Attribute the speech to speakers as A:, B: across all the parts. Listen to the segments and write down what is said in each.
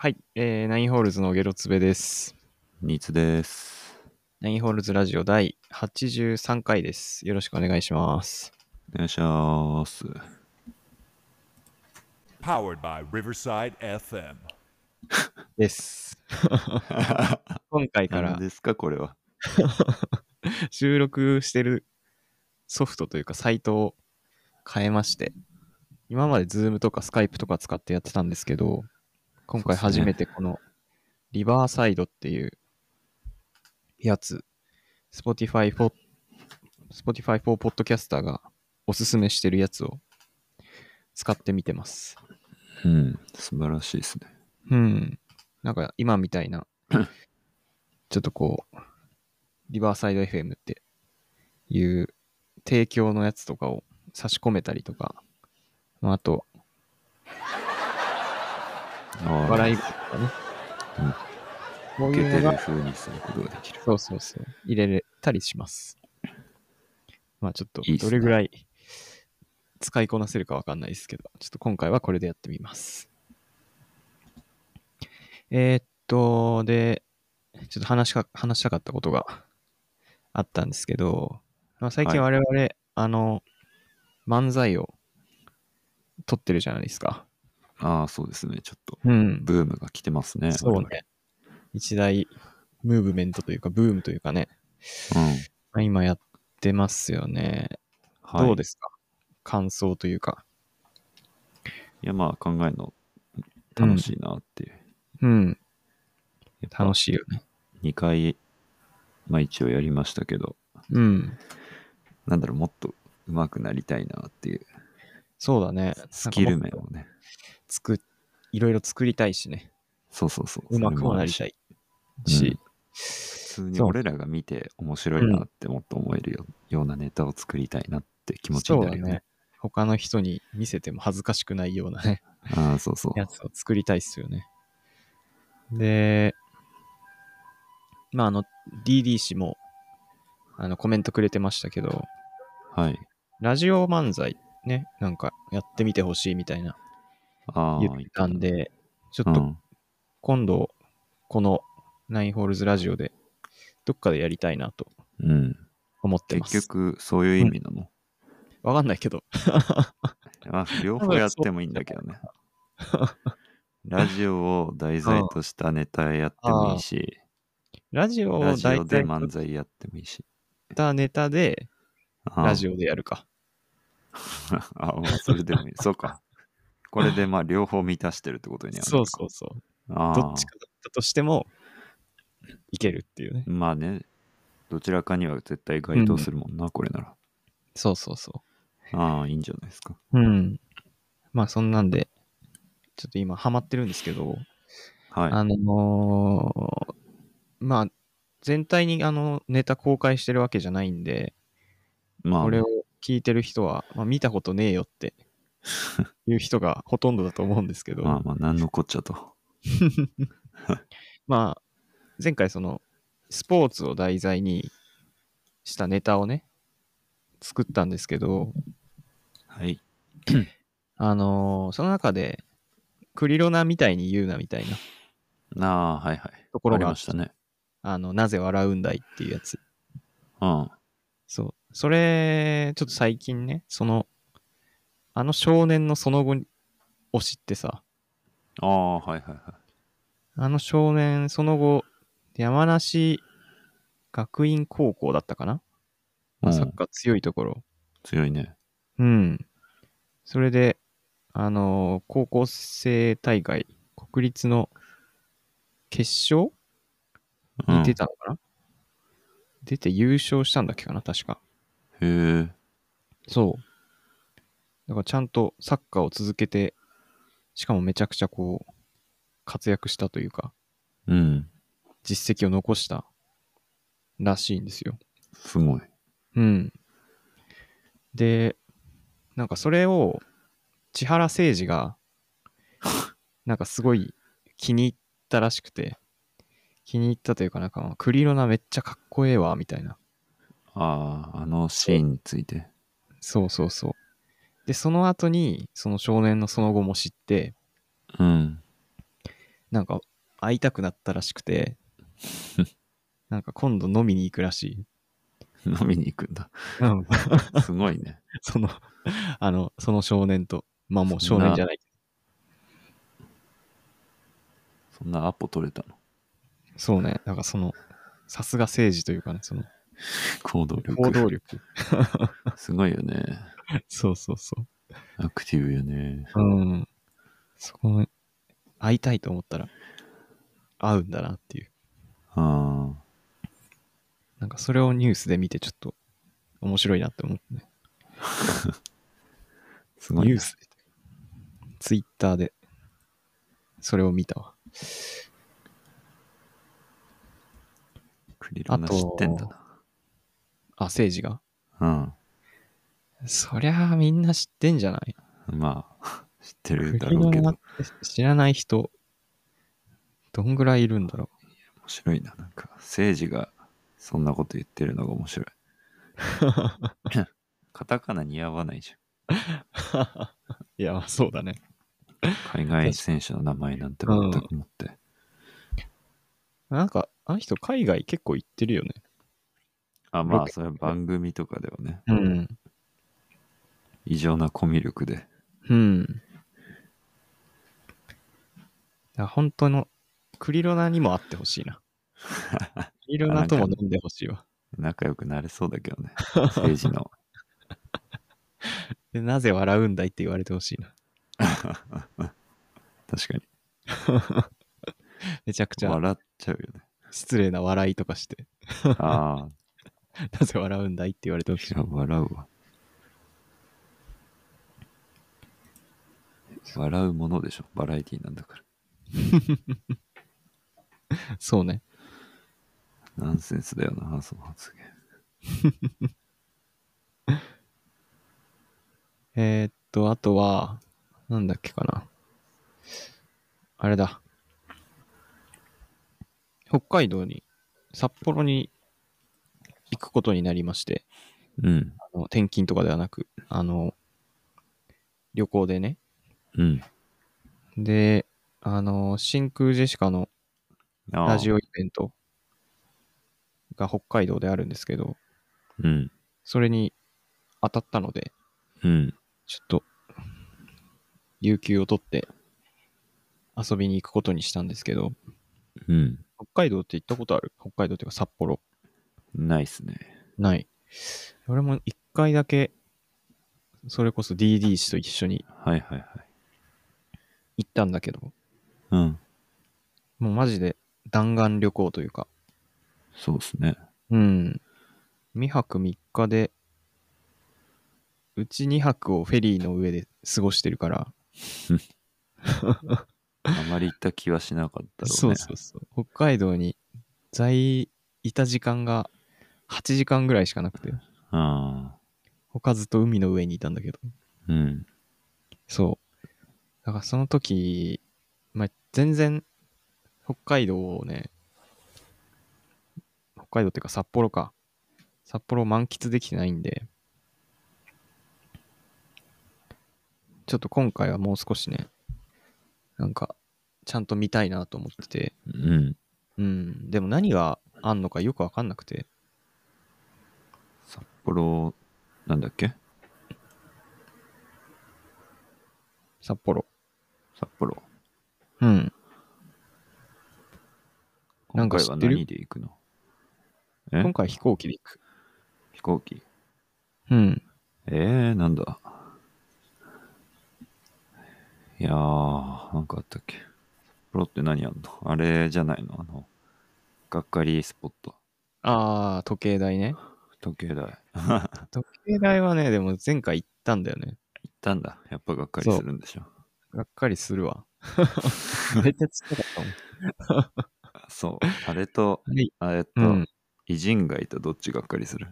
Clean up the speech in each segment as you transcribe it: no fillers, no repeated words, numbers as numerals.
A: はい、ナインホールズのゲロツベです。
B: ニーツです。
A: ナインホールズラジオ第83回です。よろしくお願いします。
B: お願いします。
C: Powered by Riverside FM.
A: です。今回から
B: 何ですかこれは。
A: 収録してるソフトというかサイトを変えまして、今まで Zoom とか Skype とか使ってやってたんですけど、今回初めてこのリバーサイドっていうやつ、Spotify for Podcaster がおすすめしてるやつを使ってみてます。
B: うん、素晴らしいですね。
A: うん。なんか今みたいな、ちょっとこう、リバーサイド FM っていう提供のやつとかを差し込めたりとか、あと、笑い声とかね。こう
B: 受けてる
A: いうのが、
B: 風にすることができる。
A: そうそうそう、入れれたりします。まあちょっと
B: いいっすね
A: どれぐらい使いこなせるかわかんないですけど、ちょっと今回はこれでやってみます。で、ちょっと話したかったことがあったんですけど、まあ、最近我々、漫才を撮ってるじゃないですか。
B: ああ、そうですね。ちょっと、
A: うん。
B: ブームが来てますね。
A: そうね。一大ムーブメントというか、ブームというかね。
B: 我々。うん。
A: まあ、今やってますよね。
B: はい。
A: どうですか？感想というか。
B: いや、まあ、考えるの楽しいなっていう。
A: うん。
B: やっぱ
A: 楽しいよね。
B: 2回、まあ一応やりましたけど、
A: うん。
B: なんだろう、もっと上手くなりたいなっていう、
A: そうだね。
B: スキル面
A: なんかもっ
B: をね。
A: といろいろ作りたいしね。
B: そうそうそう。
A: うまくもなりたいし。
B: 普通に俺らが見て面白いなってもっと思えるようなネタを作りたいなって気持ちになるよね。
A: そうだね。他の人に見せても恥ずかしくないようなね、
B: ああ、そうそう。
A: やつを作りたいっすよね。で、まあDD 氏も、コメントくれてましたけど、
B: はい。
A: ラジオ漫才ね、なんかやってみてほしいみたいな
B: ああ、
A: 言ってたんで、ちょっと
B: うん。
A: 今度、このナインホールズラジオでどっかでやりたいなと
B: うん。
A: 思ってます。
B: 結局、そういう意味なの。
A: わかんないけど。
B: まあ、両方やってもいいんだけどね。ラジオを題材としたネタやってもいいし、
A: ラジオ
B: ラ
A: を
B: ジオで
A: 題材と
B: 漫才やってもいいし。
A: したネタで、ラジ
B: オ。
A: オでやるか。
B: あ、まあ、それでもいい。そうか。これでまあ、両方満たしてるってことにはなる
A: そう
B: か。
A: そうそう。
B: ああ。
A: どっちかだったとしても、いけるっていうね。
B: まあね、どちらかには絶対該当するもんな、これなら。
A: そうそうそ
B: ああ、いいんじゃないですか。
A: う。うん。まあそんなんで、ちょっと今ハマってるんですけど、
B: はい。
A: まあ、全体にネタ公開してるわけじゃないんで、
B: まあ、
A: これを聞いてる人は、まあ、見たことねえよっていう人がほとんどだと思うんですけど、
B: まあまあ、なんのこっちゃと。
A: まあ、前回その、スポーツを題材にしたネタをね、作ったんですけど、
B: はい。
A: その中で、クリロナみたいに言うなみたいな
B: ああ、はいはい。あり
A: ところがあって
B: ましたね。
A: なぜ笑うんだいっていうやつ。
B: うん。
A: そう。それ、ちょっと最近ね、少年のその後を知ってさ、
B: ああ、はいはいはい。
A: あの少年、その後、山梨学院高校だったかな、まあ、サッカー強いところ。
B: 強いね。
A: うん。それで、高校生大会、国立の決勝に出たのかな、出て優勝したんだっけかな確か。
B: へえ。
A: そう。だからちゃんとサッカーを続けて、しかもめちゃくちゃこう、活躍したというか、
B: うん。
A: 実績を残したらしいんですよ。
B: すごい。
A: うん。で、なんかそれを、千原誠二が、なんかすごい気に入ったらしくて、気に入ったというかなんか、クリロナめっちゃかっこええわ、みたいな。
B: ああ、あのシーンについて。
A: そうそうそう。で、その後に、その少年のその後も知って、
B: うん。
A: なんか会いたくなったらしくて、なんか今度飲みに行くらしい。
B: 飲みに行くんだ。
A: うん。
B: すごいね。
A: その、その少年と、まあもう
B: そんな
A: 少年じゃない。
B: そんなアポ取れたの？
A: そうね。なんかさすが政治というかね、
B: 行動力。
A: 行動力。
B: すごいよね。
A: そうそうそ
B: アクティブよね。
A: う。うん。そこの、会いたいと思ったら、会うんだなっていう。
B: あ
A: なんかそれをニュースで見てちょっと面白いなって思ってね。
B: あ、すごいな。
A: ニュースで、ツイッターで、それを見たわ。
B: クリロナ知ってんだな。
A: 政治が。
B: うん。
A: そりゃあみんな知ってんじゃない？
B: まあ、知ってる
A: ク
B: だろうけど。
A: リロナって知らない人、どんぐらいいるんだろ
B: 面白いな。なんか、政治がそんなこと言ってるのが面白い。カタカナ似合わないじ
A: う。いや、そうだね。
B: ゃん。海外選手の名前なんて全くもって。
A: なんか、あの人海外結構行ってるよね。
B: あ、まあ、それは番組とかではね、
A: うん。
B: 異常なコミュ力で。
A: うん。だから本当の、クリロナにも会ってほしいな。クリロナとも飲んでほしいわ。
B: 仲良くなれそうだけどね。政治の。
A: で、なぜ笑うんだいって言われてほしいな。
B: 確かに。
A: めちゃくちゃ
B: 笑っちゃうよね。
A: 失礼な笑いとかして、
B: あ
A: なぜ笑うんだいって言われてほしい
B: あ、い。や、笑うわ。笑うものでしょ。バラエティなんだから。
A: そうね。
B: ナンセンスだよな、その発言。
A: あとは、なんだっけかな。あれだ。北海道に、札幌に行くことになりまして、
B: うん。
A: 転勤とかではなく、旅行でね。
B: うん。
A: で、真空ジェシカの
B: ああ。
A: ラジオイベントが北海道であるんですけど、
B: うん。
A: それに当たったので、
B: うん。
A: ちょっと、有給を取って遊びに行くことにしたんですけど、
B: うん。
A: 北海道って行ったことある？北海道っていうか札幌。
B: ないっすね。
A: ない。俺も一回だけ、それこそ DD 氏と一緒に
B: はいはいはい。
A: 行ったんだけど、
B: うん。
A: もうマジで弾丸旅行というか、
B: そうっすね。
A: うん。2泊3日で、うち2泊をフェリーの上で過ごしてるから、
B: あまり行った気はしなかったろうね。
A: そうそうそう。北海道にいた時間が8時間ぐらいしかなくて、
B: ああ。
A: 他ずっと海の上にいたんだけど、
B: うん。
A: そう。だからその時、まあ、全然北海道をね、北海道っていうか札幌か。札幌を満喫できてないんで、ちょっと今回はもう少しね、なんか、ちゃんと見たいなと思ってて、
B: うん。
A: うん。でも何があんのかよくわかんなくて、
B: 札幌、なんだっけ？
A: 札幌。
B: 札幌。
A: うん。な
B: 今回は
A: んか知ってる？
B: 何で行くの？え？
A: 今回飛行機で行く。
B: 飛行機。
A: うん。
B: なんだ。いやー、なんかあったっけ？札幌って何あんの？あれじゃないの？がっかりスポット。
A: 時計台ね。
B: 時計台。
A: 時計台はね、でも前回行ったんだよね。
B: 行ったんだ。やっぱがっかりするんでしょ。
A: がっかりするわ。めっちゃちっちゃかったもん。
B: そう。あれと、
A: はい
B: 偉
A: うん。
B: 人街とどっちがっかりする？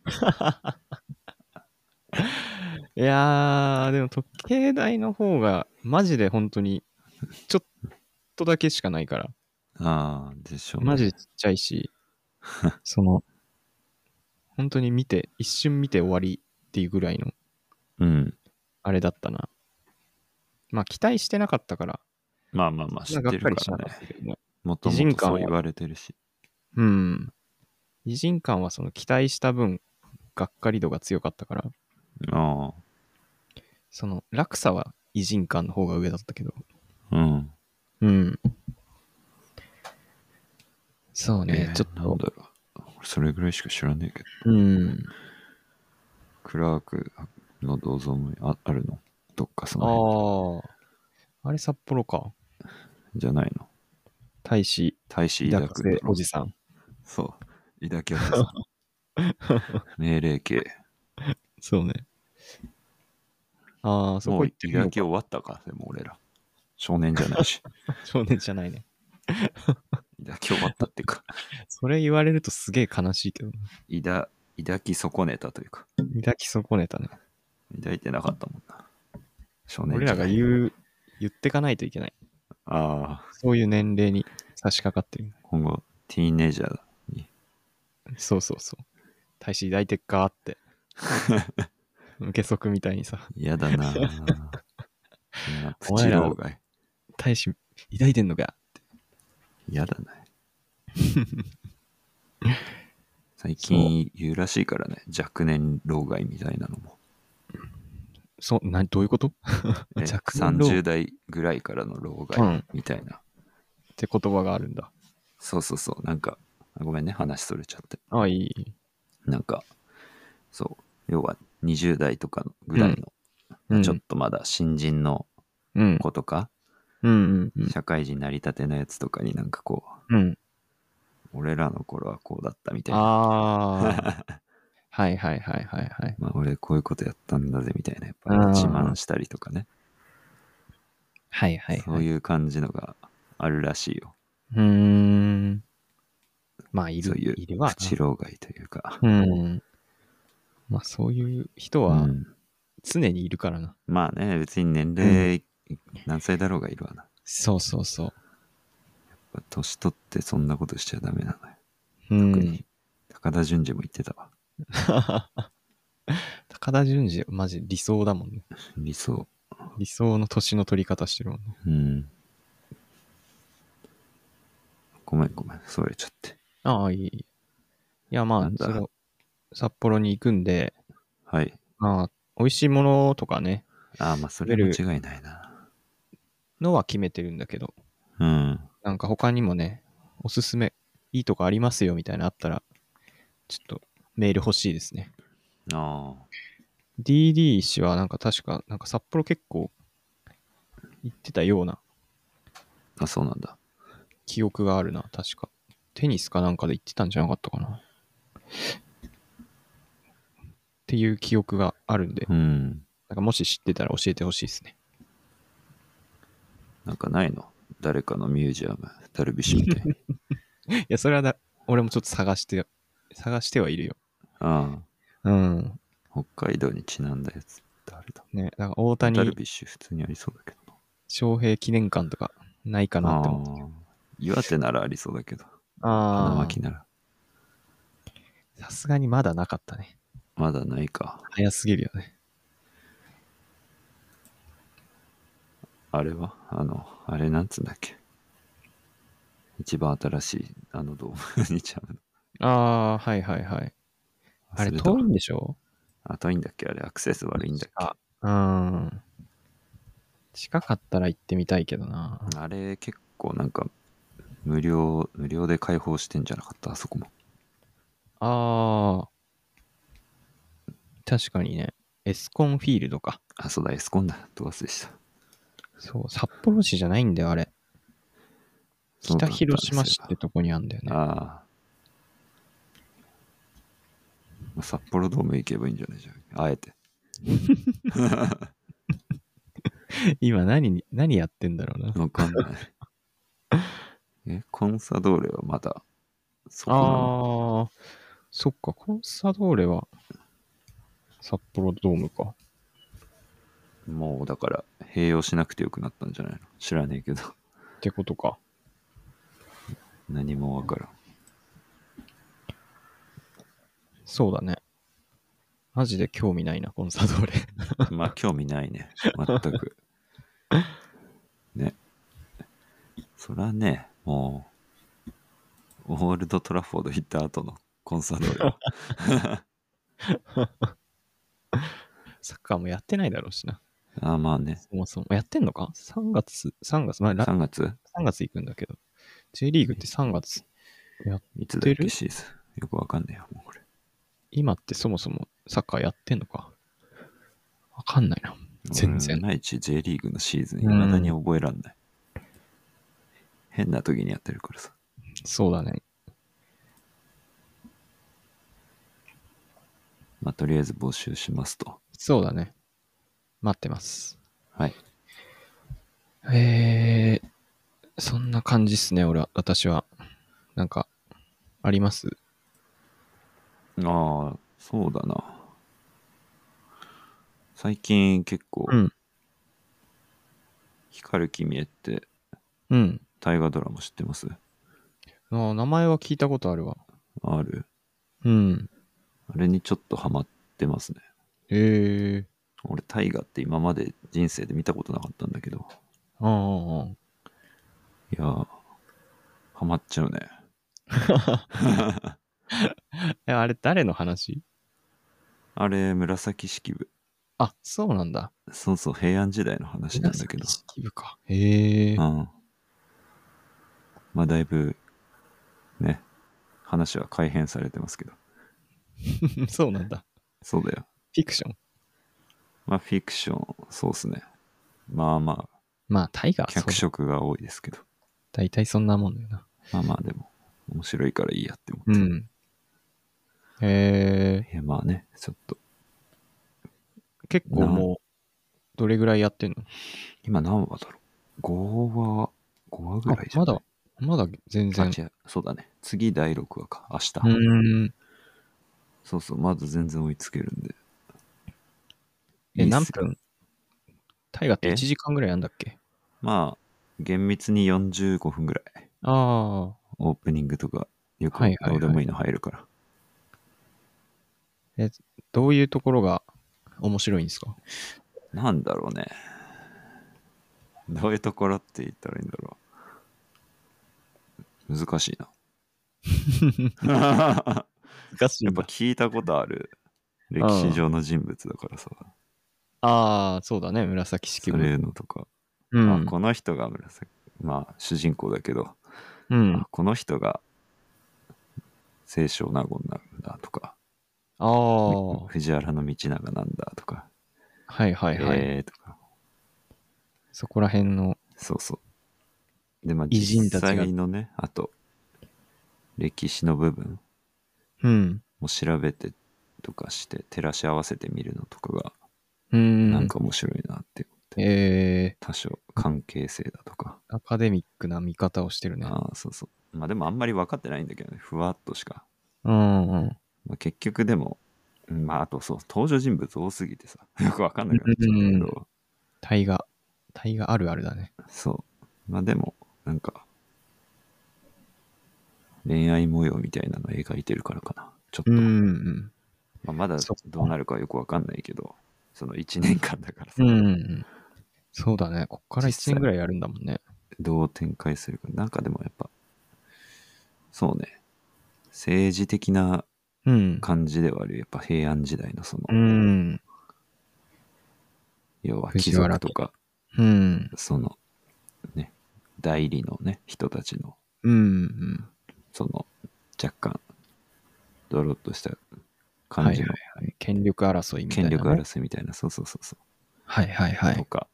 A: いやー、でも時計台の方が、マジで本当に、ちょっとだけしかないから。
B: ああ、でしょうね。
A: マジでちっちゃいし、本当に一瞬見て終わりっていうぐらいの、
B: うん。
A: あれだったな。まあ、期待してなかったから、
B: まあまあまあ、知って
A: がっかり
B: るからね
A: しなかっ。たけどね。
B: もともとそう言われてるし。
A: うん。偉人感はその期待した分、がっかり度が強かったから、
B: あ
A: その落差は偉人感の方が上だったけど、
B: あ。うん。
A: うん。そうね、ちょっと、
B: なんだろう。俺それぐらいしか知らねえけど。
A: うん。
B: クラークの銅像もあるのどっかその辺
A: ああ、あれ札幌か。
B: じゃないの。
A: 大使、
B: 大使
A: 抱かせ
B: 井田君だろ。
A: おじさん。
B: そう。井田キャットさん。命令系。
A: そうね。ああ、そこ
B: もう井田
A: 行ってみようか。
B: 家終わったか。でも俺ら。少年じゃないし。
A: 少年じゃないね。
B: 井田家終わったっていうか。
A: それ言われるとすげえ悲しいけど、
B: 抱き損ねたというか。
A: 抱き損ねたね。
B: 抱いてなかったもんな。少年
A: 俺らが
B: じゃない。
A: 言ってかないといけない。
B: ああ。
A: そういう年齢に差し掛かってる。
B: 今後、ティーンエイジャーに。
A: そうそうそう。大使抱いてっかーって。受け側みたいにさ。
B: 嫌だなぁ。そんなプチ
A: お前ら
B: 老害。
A: 大使抱いてんのか。
B: 嫌だね。最近言うらしいからね。若年老害みたいなのも。
A: どういうこと若年老
B: 30代ぐらいからの老
A: うん
B: 害みたいな。
A: って言葉があるんだ。
B: そうそうそう。なんか、ごめんね。話それちゃって。
A: ああ、いい。
B: なんか、そう。要は20代とかのぐらいの、
A: うん。
B: ちょっとまだ新人の
A: うん。
B: 子とか、
A: うんうん
B: 社会人なりたてのやつとかになんかこ
A: うん。うん。
B: う、俺らの頃はこうだったみたいな。
A: ああ。はいはいはいはいはい。
B: まあ俺こういうことやったんだぜみたいな。やっぱ
A: うん
B: 自慢したりとかね。
A: はいはいはい。
B: そういう感じのがあるらしいよ。
A: うーん。まあ、いる
B: そういう
A: いるわな。
B: プチ老害というか。
A: うん。まあ、そういう人は
B: うん
A: 常にいるからな。
B: まあね、別に年齢何歳だろうがいるわな。やっ
A: そうそうそ
B: ぱ年取ってそんなことしちゃダメなのよ。
A: う。うん。
B: 特に高田純次も言ってたわ。
A: 高田純次、マジ理想だもんね。
B: 理想。
A: 理想の年の取り方してるもんね。
B: うん。ごめん、それちゃって。
A: ああ、いい。いや、まあ、
B: なんだ
A: 札幌に行くんで、
B: はい。
A: まあ、美味しいものとかね、
B: ああ、まあそれ間違いないな。
A: のは決めてるんだけど、
B: うん。
A: なんか他にもね、おすすめ、いいとこありますよみたいなのあったら、ちょっとメール欲しいですね。
B: あ
A: DD 氏はなんか確か、なんか札幌結構行ってたような
B: あ、そうなんだ。
A: 記憶があるな、確か。テニスかなんかで行ってたんじゃなかったかな。っていう記憶があるんで、
B: うん。
A: なんかもし知ってたら教えてほしいですね。
B: なんかないの誰かのミュージアム、ダルビッシュみたいに。
A: いや、それは俺もちょっと探してはいるよ。
B: あ
A: うん。
B: あ、北海道にちなんだやつ。誰だ
A: ね、なんか大
B: ダル
A: 谷
B: ビッシュ普通にありそうだけど
A: 翔平記念館とかないか
B: な。
A: なって思って。
B: ああ。岩手ならありそうだけど。
A: あ
B: 花巻なら。
A: さすがにまだなかったね。
B: まだないか。
A: 早すぎるよね。
B: あれはあれなんつうんだっけ。一番新しい、ドームにちゃうの。
A: ああ、はいはいはい。あれ
B: 忘れたわ
A: 遠いんでしょ？
B: あ、遠いんだっけあれ、アクセス悪いんだっけ
A: うん。近かったら行ってみたいけどな。
B: あれ、結構なんか、無料で開放してんじゃなかったあそこも。
A: ああ。確かにね。エスコンフィールドか。
B: あ、そうだ、エスコンだ。ど忘れした。
A: そう、札幌市じゃないんだよ、あれ。北
B: そうだったんですよ
A: 広島市ってとこにあるんだよね。
B: ああ。札幌ドーム行けばいいんじゃないじゃん。あえて。
A: 今何やってんだろうな。
B: わかんない。コンサドーレはまだ、そこなの。
A: ああ、そっか、コンサドーレは札幌ドームか。
B: もうだから、併用しなくてよくなったんじゃないの知らねえけど。
A: ってことか。
B: 何もわからん。
A: そうだね。マジで興味ないな、コンサドーレ。
B: まあ、興味ないね。全く。ね。 そらね、もう、オールドトラフォード行った後のコンサートよ。
A: サッカーもやってないだろうしな。
B: あ、まあね。
A: そもそも。やってんのか？ 3 月、まあ、
B: 3月
A: 3月行くんだけど。J リーグって3月やっ
B: いつだっ
A: てる？
B: けシーズン。よくわかんねえよ、もうこれ。
A: 今ってそもそもサッカーやってんのかわかんないな。全然
B: 俺い。まいち J リーグのシーズン未だに覚えらんない。変な時にやってるからさ。
A: そうだね。
B: まあ、とりあえず募集しますと。
A: そうだね。待ってます。
B: はい。
A: そんな感じっすね、私は。なんか、あります？
B: ああ、そうだな。最近結構、
A: うん。
B: 光る君へって
A: うん。
B: 大河ドラマ知ってます？
A: 名前は聞いたことあるわ。
B: ある。
A: うん。
B: あれにちょっとハマってますね。俺大河って今まで人生で見たことなかったんだけど、
A: ああ。
B: いやー、ハマっちゃうね。
A: あれ誰の話？
B: あれ、紫式部。
A: あ、そうなんだ。
B: そうそう、平安時代の話なんだけど。
A: 紫式部か。へえ
B: う。ん。まあ、だいぶ、ね、話は改変されてますけど。
A: そうなんだ。
B: そうだよ。
A: フィクション。
B: まあ、フィクション、そうっすね。まあまあ、
A: まあ、タイガー、
B: 脚色が多いですけど。
A: 大体そんなもんだよな。
B: まあまあ、でも、面白いからいいやって思って。
A: うん。へえ。
B: いや、まあね、ちょっと、
A: 結構もう、どれぐらいやってんの？
B: 今何話だろう。5話、5話ぐらいじゃない？
A: まだ全然。
B: 違う、そうだね。次第6話か、明日。そうそう、まず全然追いつけるんで。いいっすよ。
A: 何分？タイガーって1時間ぐらいやんだっけ？
B: まあ、厳密に45分ぐらい。
A: ああ。
B: オープニングとか、よく
A: はいはいはい
B: どうでもいいの入るから。
A: どういうところが面白いんですか？
B: なんだろうね。どういうところって言ったらいいんだろう。難しいな。
A: 難しいんだ。
B: やっぱ聞いたことある歴史上の人物だからさ。
A: ああ、そうだね、紫式部。
B: そういうのとか。
A: うん
B: あ、この人が紫。まあ、主人公だけど、
A: うん。
B: この人が清少納言なんだとか、
A: ああ、は
B: 藤原道長なんだとか、
A: いはいはい。
B: とか、
A: そこら辺の、
B: そうそう。で、まあ
A: 偉人
B: 実
A: たちが
B: 際のね、あと、歴史の部分
A: うん。
B: も調べてとかして照らし合わせてみるのとかが
A: うん。
B: なんか面白いなって思って、多少関係性だとか、
A: アカデミックな見方をしてるね。
B: ああそうそう、まあでもあんまり分かってないんだけどね、ふわっとしか、
A: うんうん。
B: まあ、結局でもまああとそう登場人物多すぎてさよく分かんなくなっちゃったけど、
A: 大河あるあるだね。
B: そうまあでもなんか恋愛模様みたいなの描いてるからかなちょっと、
A: うん
B: まあ、まだ
A: そっか
B: どうなるかよく分かんないけど、その1年間だからさ、
A: うん。そうだね。こっから1
B: 実際
A: 年ぐらいやるんだもんね。
B: どう展開するか。なんかでもやっぱ、そうね、政治的な
A: うん。
B: 感じではある。やっぱ平安時代のその、
A: うん。
B: 要は貴族とか、
A: うん。
B: その、ね、代理のね、人たちの、
A: うん。
B: その、若干、ドロッとした
A: はいはい
B: 感じの
A: はい。権力争いみたいな、ね。
B: 権力争いみたいな、そうそうそうそ
A: はいはいは
B: う。と
A: い。
B: か、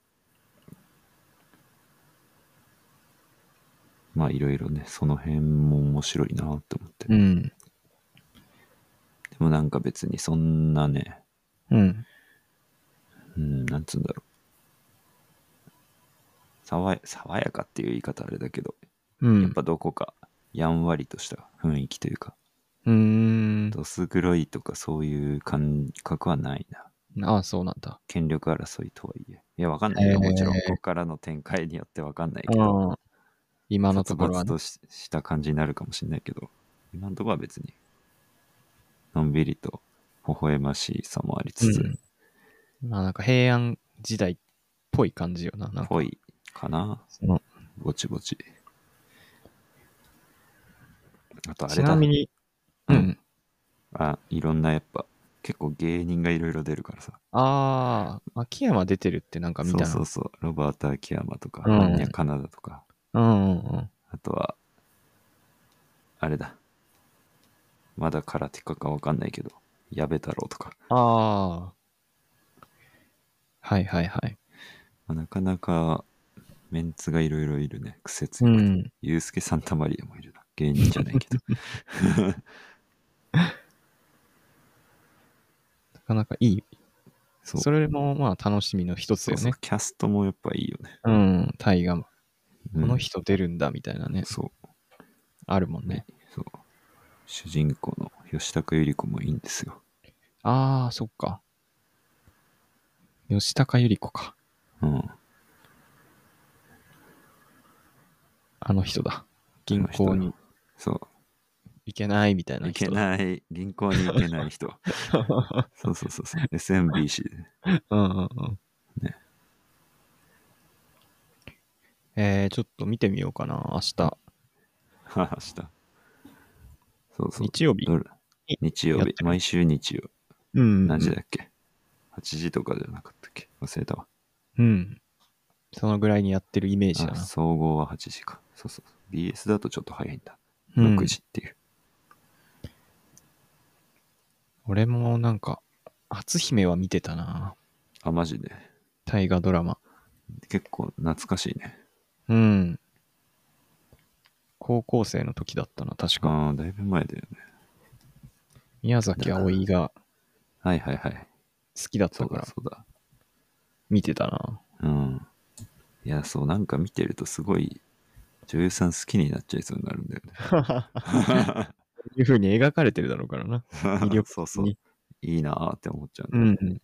B: まあいろいろね、その辺も面白いなって思って。
A: うん。
B: でもなんか別にそんなね、
A: うん。
B: なんつうんだろう。爽やかっていう言い方あれだけど、
A: うん。
B: やっぱどこかやんわりとした雰囲気というか、どす黒いとかそういう感覚はないな。
A: ああ、そうなんだ。
B: 権力争いとはいえ。いや、わかんないよ。もちろん、ここからの展開によってわかんないけど、
A: 今のところはね。
B: 殺伐とした感じになるかもしれないけど、今のところは別に、のんびりと微笑ましいさもありつつ、
A: まあなんか平安時代っぽい感じよな。なんか
B: ぽいかな。
A: その
B: ぼちぼち。 あとあれだ。
A: ちなみに、う
B: うん
A: ん。
B: いろんなやっぱ、結構芸人がいろいろ出るからさ。
A: 秋山出てるってなんか見
B: そう
A: たな。
B: そうそう。ロバート秋山とか、
A: うん
B: ハンニャカナダとか、
A: うんうんうん。
B: あとは、あれだ。まだ空手家かわかんないけど、矢部太郎とか。
A: はいはいはい。
B: なかなかメンツがいろいろいるね。癖
A: う
B: 強くて。
A: ん。
B: ユースケ・サンタマリアもいるな。芸人じゃないけど。
A: なかなかいい。
B: そう。
A: それもまあ楽しみの一つだよね。
B: そうそう。キャストもやっぱいいよね。
A: うん。大河も。
B: うん
A: この人出るんだみたいなね。
B: そう。
A: あるもんね。
B: そう。主人公の吉高由里子もいいんですよ。
A: そっか。吉高由里子か。
B: うん。
A: あの人だ。銀行に
B: そ
A: 行けないみたいうな
B: 行け
A: 人だ。
B: ない銀行に行けない人そうそうそうそう SMBC で
A: うんうんうん。
B: ね。
A: ちょっと見てみようかな、明日。
B: 明日そうそう
A: 日曜日
B: どれ日曜
A: やってる
B: 日毎週日曜
A: うんうんうん。
B: 何時だっけ8時とかじゃなかったっけ忘れたわ。
A: うん。そのぐらいにやってるイメージだな。
B: 総合は8時か。そうそう。BS だとちょっと早いんだ。
A: うん
B: 6時っていう。
A: 俺もなんか、初姫は見てたな。
B: マジで。
A: 大河ドラマ。
B: 結構懐かしいね。
A: うん。高校生の時だったな、確か。
B: だいぶ前だよね。
A: 宮崎あおいが
B: はいはいはい。
A: 好きだっ
B: そう
A: たから
B: だそうだ。
A: 見てたな。
B: うん。いや、そう、なんか見てるとすごい女優さん好きになっちゃいそうになるんだよね。
A: こういう風に描かれてるだろうからな。魅力的に。
B: そうそう。いいなーって思っちゃうんだよね。
A: うん。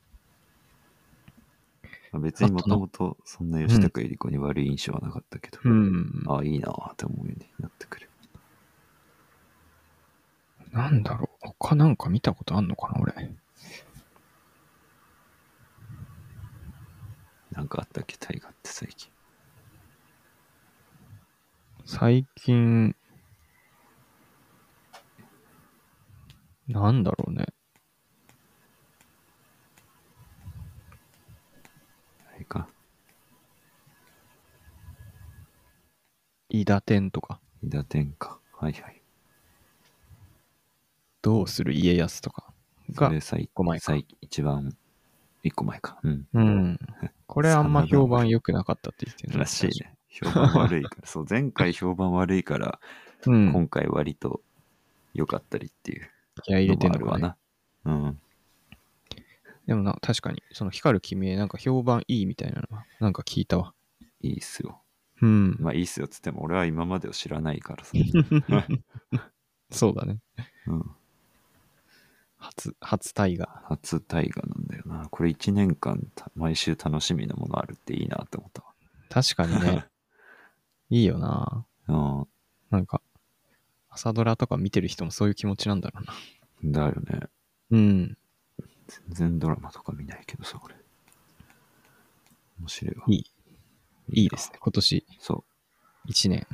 B: 別にもともとそんな吉高由里子に悪い印象はなかったけど、
A: うん。
B: いいなーって思うようになってくる。
A: なんだろう。他なんか見たことあんのかな、俺。
B: なんかあったっけ大河って最近。
A: 最近、なんだろうね。
B: あれか。
A: 伊達天とか、
B: 伊達天か。はいはい。
A: どうする家康とかが
B: それ
A: 一個前か。
B: 一番、一個前か。うん。
A: うん。これあんま評判良くなかったって言ってる
B: らしいね。評判悪いから。そう、前回評判悪いから、
A: うん。
B: 今回割と良かったりっていう
A: 気合い入れ
B: の
A: てんのかね。
B: もあるわな。うん。
A: でも確かに、その光る君へなんか評判いいみたいなのは、なんか聞いたわ。
B: いいっすよ。
A: うん。
B: まあいいっすよっつっても俺は今までを知らないからさ。
A: そうだね。
B: うん。
A: 初大河。
B: 初大河なんだよな。これ1年間毎週楽しみなものあるっていいなって思った
A: 確かにね。いいよな。
B: わ。
A: なんか、朝ドラとか見てる人もそういう気持ちなんだろうな。
B: うん。だよね。
A: うん。
B: 全然ドラマとか見ないけどさ、俺。面白いわ。
A: いいですね。今年
B: そ
A: 1年。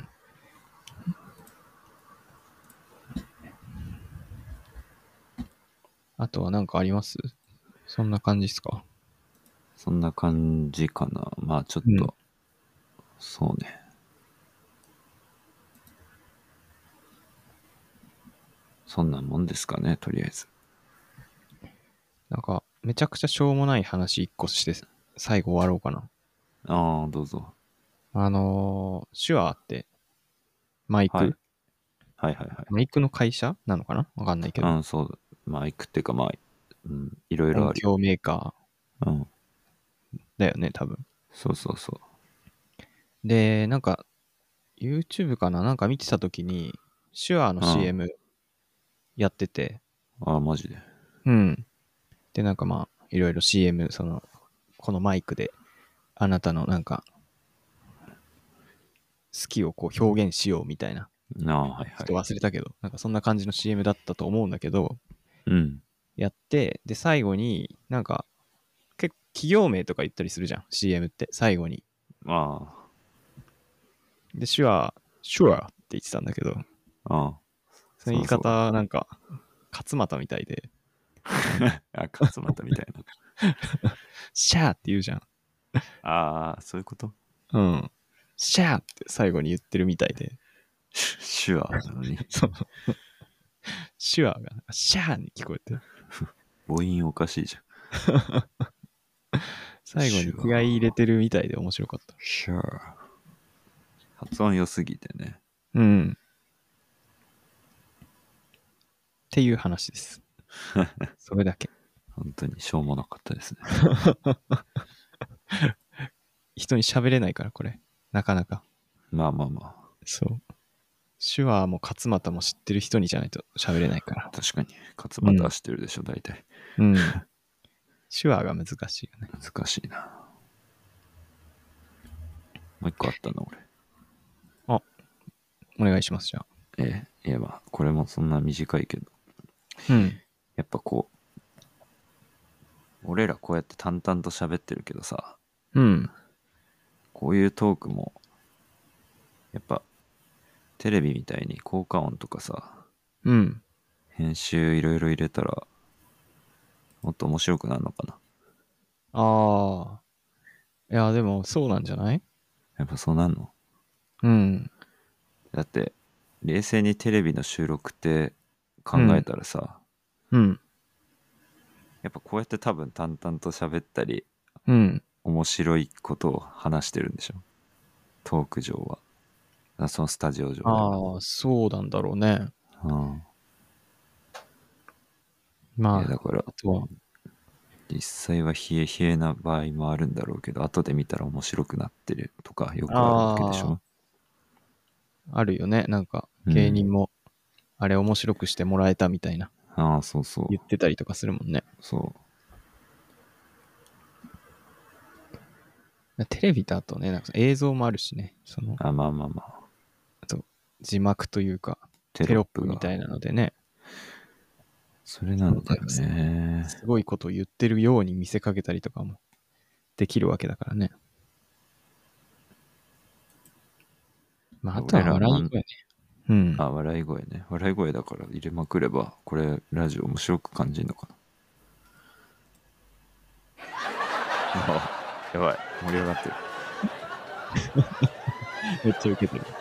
A: あとは何かあります？そんな感じですか？
B: う。そんな感じかな。まあちょっと、そうね。そんなもんですかね、とりあえず。
A: なんか、めちゃくちゃしょうもない話一個して、最後終わろうかな。
B: どうぞ。
A: 手話って、マイク、
B: はいはいはい。
A: マイクの会社なのかなわかんないけど。
B: そうだ。まあ、行くっていうか、まあ、いろいろあるよ。
A: 音響メーカ
B: うん。
A: ーだよね、多分。
B: そうそうそ
A: で、なんか、YouTube かななんか見てたときに、手話の CM やってて、
B: う。マジで。
A: うん。で、なんかまあ、いろいろ CM、このマイクで、あなたのなんか、好きをこう表現しようみたいな。
B: はい
A: ちょっと
B: はい。
A: 忘れたけど、なんかそんな感じの CM だったと思うんだけど、
B: うん。
A: やって、で、最後になんか、結構企業名とか言ったりするじゃん、CM って、最後に。
B: あ
A: で、手話って言ってたんだけど、
B: あ。
A: その言い方、なんか、勝俣みたいで、
B: あ、勝俣みたいな。
A: シャーって言うじゃん。
B: ああ、そういうこと？
A: うん。シャーって最後に言ってるみたいで、
B: 手話なのに。
A: そう。手話がシャーに聞こえて、
B: 母音おかしいじゃん。
A: 最後に気合い入れてるみたいで面白かった。
B: Sure。発音良すぎてね。
A: うん。っていう話です。それだけ。
B: 本当にしょうもなかったですね。
A: 人に喋れないから、これ。なかなか。
B: まあまあま
A: そう。手話も勝俣も知ってる人にじゃないと喋れないか
B: あ。
A: ら。
B: 確かに。勝俣は知ってるでしょ、大体。
A: うん。手話が難しいよね。
B: 難しいな。もう一個あったの、俺。
A: お願いします、じゃあ。
B: いやまあ、これもそんな短いけど。
A: うん。
B: やっぱこう、俺らこうやって淡々と喋ってるけどさ、
A: うん。
B: こういうトークも、やっぱ、テレビみたいに効果音とかさ、
A: うん。
B: 編集いろいろ入れたら、もっと面白くなるのかな。
A: ああ。いや、でもそうなんじゃない？
B: やっぱそうなんの？
A: うん。
B: だって、冷静にテレビの収録って考えたらさ、
A: うん。
B: やっぱこうやって多分淡々と喋ったり、
A: うん。
B: 面白いことを話してるんでしょ、トーク上は。そのスタジオ上では。
A: ああ、そうなんだろうね。
B: うん。
A: まあ、
B: いやだから
A: あとは、
B: 実際は冷え冷えな場合もあるんだろうけど、後で見たら面白くなってるとかよくあるわけでしょ。
A: あるよね。なんか、
B: うん
A: 芸人も、あれ面白くしてもらえたみたいな、
B: ああ、そうそう。
A: 言ってたりとかするもんね。
B: そ
A: テレビだとね、なんか映像もあるしね。
B: う。あ、まあまあまあ。
A: あと、字幕というか、
B: テ
A: テロッ
B: ロップが
A: プみたいなのでね、
B: それなんだよね。
A: すごいことを言ってるように見せかけたりとかもできるわけだからね。まあ、あとは笑い声ね。うん。
B: あ、笑い声ね。笑い声だから入れまくれば、これラジオ面白く感じるのかな。やばい。盛り上がってる。
A: めっちゃウケてる。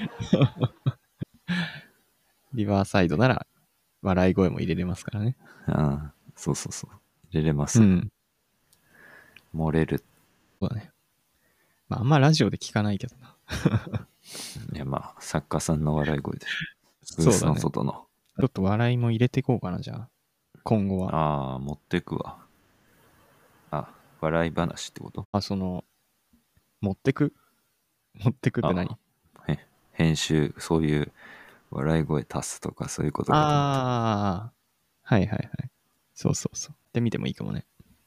A: リバーサイドなら、笑い声も入れれますからね。
B: ああ、そうそうそう。入れれます。
A: うん。
B: 漏れる。
A: そうだね。まあ、あんまラジオで聞かないけどな。
B: いや、まあ、作家さんの笑い声で。ブースの
A: そうだね。ち
B: 外の。
A: ょっと笑いも入れていこうかな、じゃあ。今後は。
B: ああ、持ってくわ。あ、笑い話ってこと？
A: あ、持ってくって何？
B: 編集、そういう笑い声足すとかそういうことかと思った。
A: ああ、はいはいはい。そうそうそう。ってみてもいいかもね。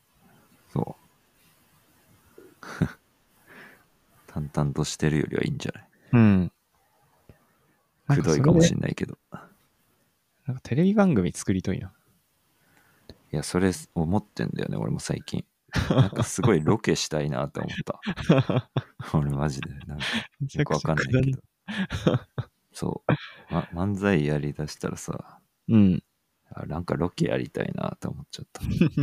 B: そう。淡々としてるよりはいいんじゃない？
A: うん。
B: くどいかもし
A: ん
B: んないけど。
A: なんかテレビ番組作りたいな。
B: いや、それ思ってんだよね、俺も最近。なんかすごいロケしたいなって思った。俺マジで。なんか、よくわかんないけど。そう。漫才やりだしたらさ、
A: うん。
B: なんかロケやりたいなって思っちゃった。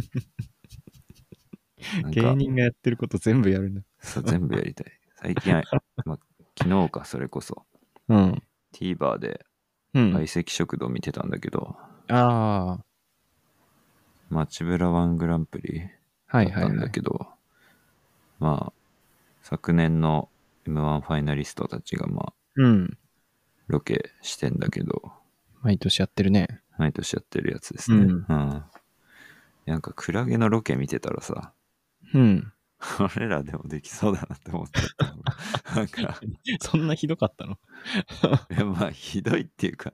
B: なんか
A: 芸人がやってること全部やるな。
B: そう、全部やりたい。最近、昨日か、それこそ、
A: うん。
B: TVer で
A: うん。
B: 相席食堂見てたんだけど、
A: ああ、
B: 街ブラワングランプリ
A: はいはいは
B: だったんだ
A: い。
B: けど、まあ、昨年の M1 ファイナリストたちが
A: うん。
B: ロケしてんだけど、
A: 毎年やってるね。
B: 毎年やってるやつですね。
A: うん
B: なんかクラゲのロケ見てたらさ、
A: うん。
B: 俺らでもできそうだなって思っちゃった。なんか、
A: そんなひどかったの？
B: いやまあひどいっていうか、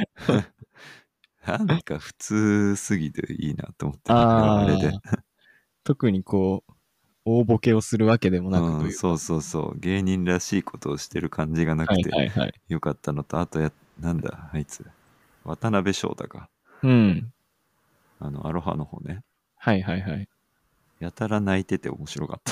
B: なんか普通すぎていいなと思ってあれで。
A: 特にこう、大ボケをするわけでもなくというか。
B: そうそうそう。芸人らしいことをしてる感じがなくて、
A: はいはいはい。
B: よかったのと、あとなんだ、あいつ。渡辺翔太か。
A: うん。
B: アロハの方ね。
A: はいはいはい。
B: やたら泣いてて面白かった。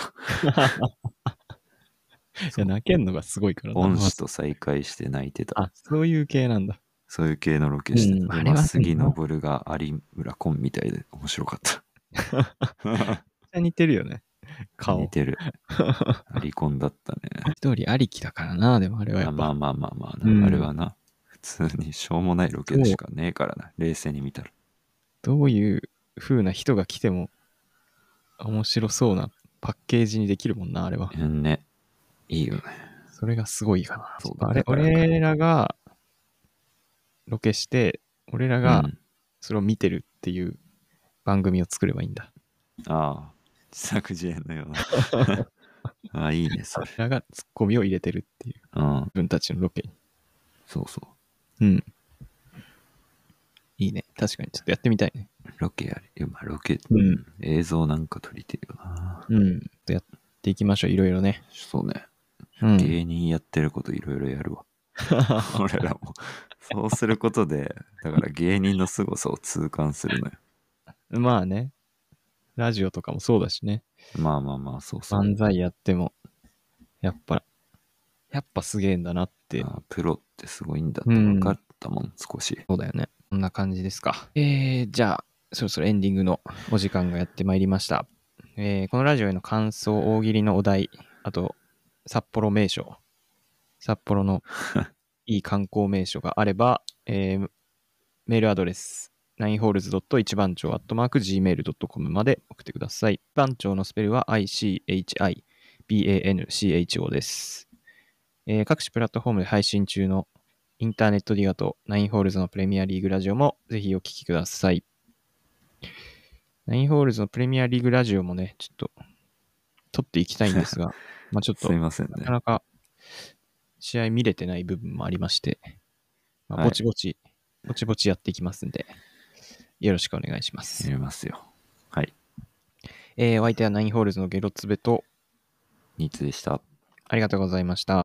A: いや、泣けんのがすごいからな。
B: 恩師と再会して泣いてた。
A: あ、そういう系なんだ。
B: そういう系のロケしてた。
A: あれは
B: 杉昇が有村昆みたいで面白かった。
A: 似てるよね。顔。
B: 似てる。有昆だったね。
A: 一人ありきだからな、でもあれはやっぱ。
B: まあな、あれはな。普通にしょうもないロケでしかねえからな。冷静に見たら。
A: どういう風な人が来ても面白そうなパッケージにできるもんな、あれは。
B: ね。いいよね。
A: それがすごいかな。
B: そうだ
A: あれ、俺らがロケして、俺らがそれを見てるっていう番組を作ればいいんだ。
B: ああ。自作自演のような。ああ、いいね、それ。
A: 俺らがツッコミを入れてるっていう。自分たちのロケに。
B: そうそ
A: う。いいね。確かに、ちょっとやってみたいね。
B: ロケやる。ロケ、映像なんか撮りてるよな。
A: やっていきましょう、いろいろね。
B: そうね。芸人やってることいろいろやるわ。俺らも。そうすることで、だから芸人の凄さを痛感するのよ。
A: まあね。ラジオとかもそうだしね。
B: まあ、そう。
A: 漫才やっても、やっぱすげえんだなって。
B: プロってすごいんだって分かったもん、少し。
A: そうだよね。こんな感じですか。じゃあ、そろそろエンディングのお時間がやってまいりました。このラジオへの感想、大喜利のお題、あと、札幌名所、札幌のいい観光名所があれば、メールアドレス、9holes. 番町 @gmail.com まで送ってください。番町のスペルは ICHIBANCHO です。各種プラットフォームで配信中のインターネットディガと9ホールズのプレミアリーグラジオもぜひお聞きください。9ホールズのプレミアリーグラジオもね、ちょっと撮っていきたいんですが、まあちょっと、
B: すいませんね。
A: なかなか試合見れてない部分もありまして、ぼちぼちやっていきますんで、よろしくお願いします。
B: やりますよ。はい。
A: お相手は9ホールズのゲロツベと、
B: ニーツでした。
A: ありがとうございました。